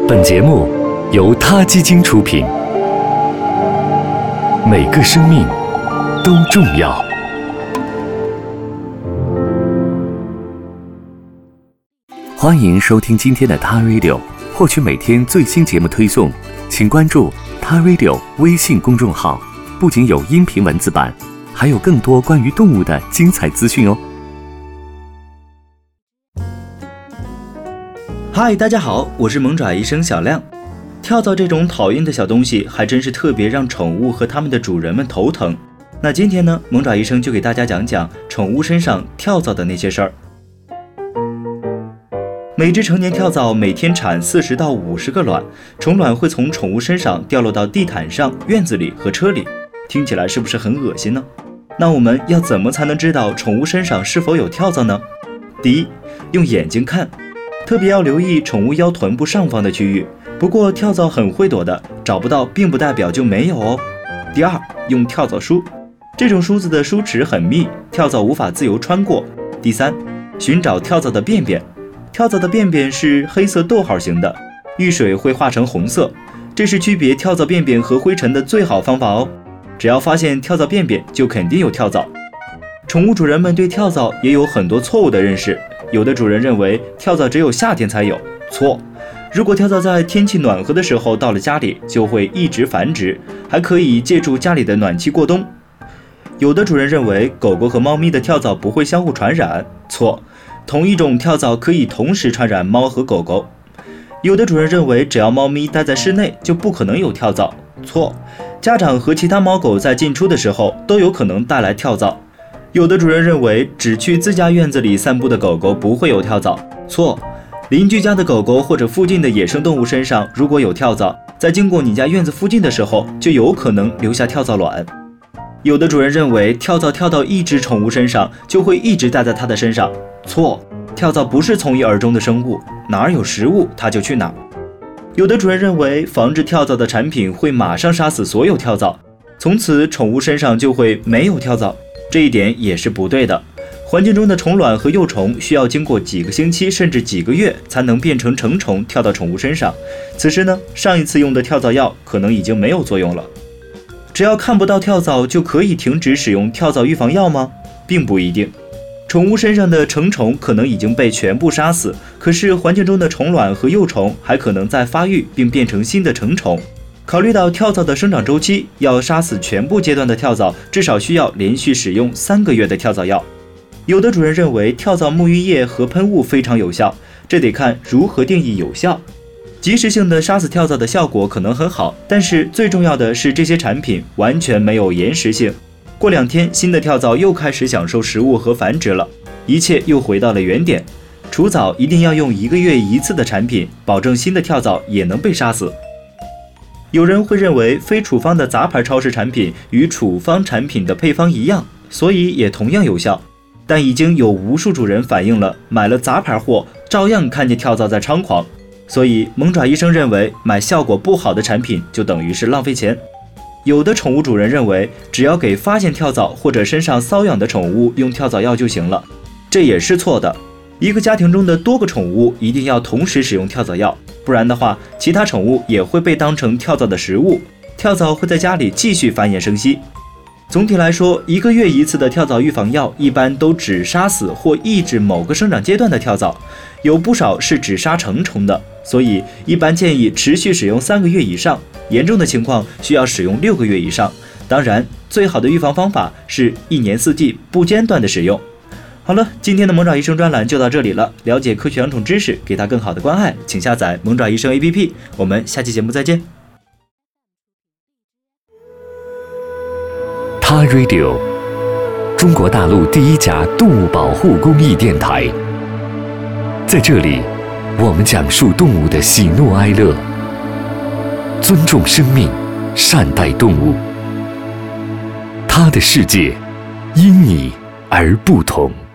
本节目由他基金出品，每个生命都重要。欢迎收听今天的他 Radio， 获取每天最新节目推送，请关注他 Radio 微信公众号，不仅有音频文字版，还有更多关于动物的精彩资讯哦。 嗨，大家好，我是萌爪医生小亮。跳蚤这种讨厌的小东西还真是特别让宠物和它们的主人们头疼。那今天呢，萌爪医生就给大家讲讲宠物身上跳蚤的那些事儿。每只成年跳蚤每天产40到50个卵，虫卵会从宠物身上掉落到地毯上、院子里和车里，听起来是不是很恶心呢？那我们要怎么才能知道宠物身上是否有跳蚤呢？第一，用眼睛看，特别要留意宠物腰臀部上方的区域。不过跳蚤很会躲的，找不到并不代表就没有哦。第二，用跳蚤梳，这种梳子的梳齿很密，跳蚤无法自由穿过。第三，寻找跳蚤的便便，跳蚤的便便是黑色逗号形的，遇水会化成红色，这是区别跳蚤便便和灰尘的最好方法哦。只要发现跳蚤便便，就肯定有跳蚤。宠物主人们对跳蚤也有很多错误的认识，有的主人认为跳蚤只有夏天才有，错。如果跳蚤在天气暖和的时候到了家里，就会一直繁殖，还可以借助家里的暖气过冬。有的主人认为狗狗和猫咪的跳蚤不会相互传染，错。同一种跳蚤可以同时传染猫和狗狗。有的主人认为只要猫咪待在室内就不可能有跳蚤，错。家长和其他猫狗在进出的时候都有可能带来跳蚤。有的主人认为只去自家院子里散步的狗狗不会有跳蚤，错。邻居家的狗狗或者附近的野生动物身上如果有跳蚤，在经过你家院子附近的时候就有可能留下跳蚤卵。有的主人认为跳蚤跳到一只宠物身上就会一直待在它的身上，错。跳蚤不是从一而终的生物，哪儿有食物它就去哪儿。有的主人认为防治跳蚤的产品会马上杀死所有跳蚤，从此宠物身上就会没有跳蚤，这一点也是不对的。环境中的虫卵和幼虫需要经过几个星期甚至几个月才能变成成虫跳到宠物身上，此时呢，上一次用的跳蚤药可能已经没有作用了。只要看不到跳蚤就可以停止使用跳蚤预防药吗？并不一定。宠物身上的成虫可能已经被全部杀死，可是环境中的虫卵和幼虫还可能再发育并变成新的成虫。考虑到跳蚤的生长周期，要杀死全部阶段的跳蚤，至少需要连续使用3个月的跳蚤药。有的主人认为跳蚤沐浴液和喷雾非常有效，这得看如何定义有效。及时性的杀死跳蚤的效果可能很好，但是最重要的是这些产品完全没有延时性。过2天，新的跳蚤又开始享受食物和繁殖了，一切又回到了原点。除蚤一定要用1个月1次的产品，保证新的跳蚤也能被杀死。有人会认为非处方的杂牌超市产品与处方产品的配方一样，所以也同样有效。但已经有无数主人反映了，买了杂牌货照样看见跳蚤在猖狂，所以萌爪医生认为买效果不好的产品就等于是浪费钱。有的宠物主人认为只要给发现跳蚤或者身上瘙痒的宠物用跳蚤药就行了，这也是错的。一个家庭中的多个宠物一定要同时使用跳蚤药，不然的话其他宠物也会被当成跳蚤的食物，跳蚤会在家里继续繁衍生息。总体来说，1个月1次的跳蚤预防药一般都只杀死或抑制某个生长阶段的跳蚤，有不少是只杀成虫的，所以一般建议持续使用3个月以上，严重的情况需要使用6个月以上。当然，最好的预防方法是1年4季不间断的使用。好了，今天的萌爪医生专栏就到这里了。了解科学养宠知识，给它更好的关爱，请下载萌爪医生 APP。我们下期节目再见。 他 Radio， 中国大陆第1家动物保护公益电台。在这里，我们讲述动物的喜怒哀乐，尊重生命，善待动物。他的世界因你而不同。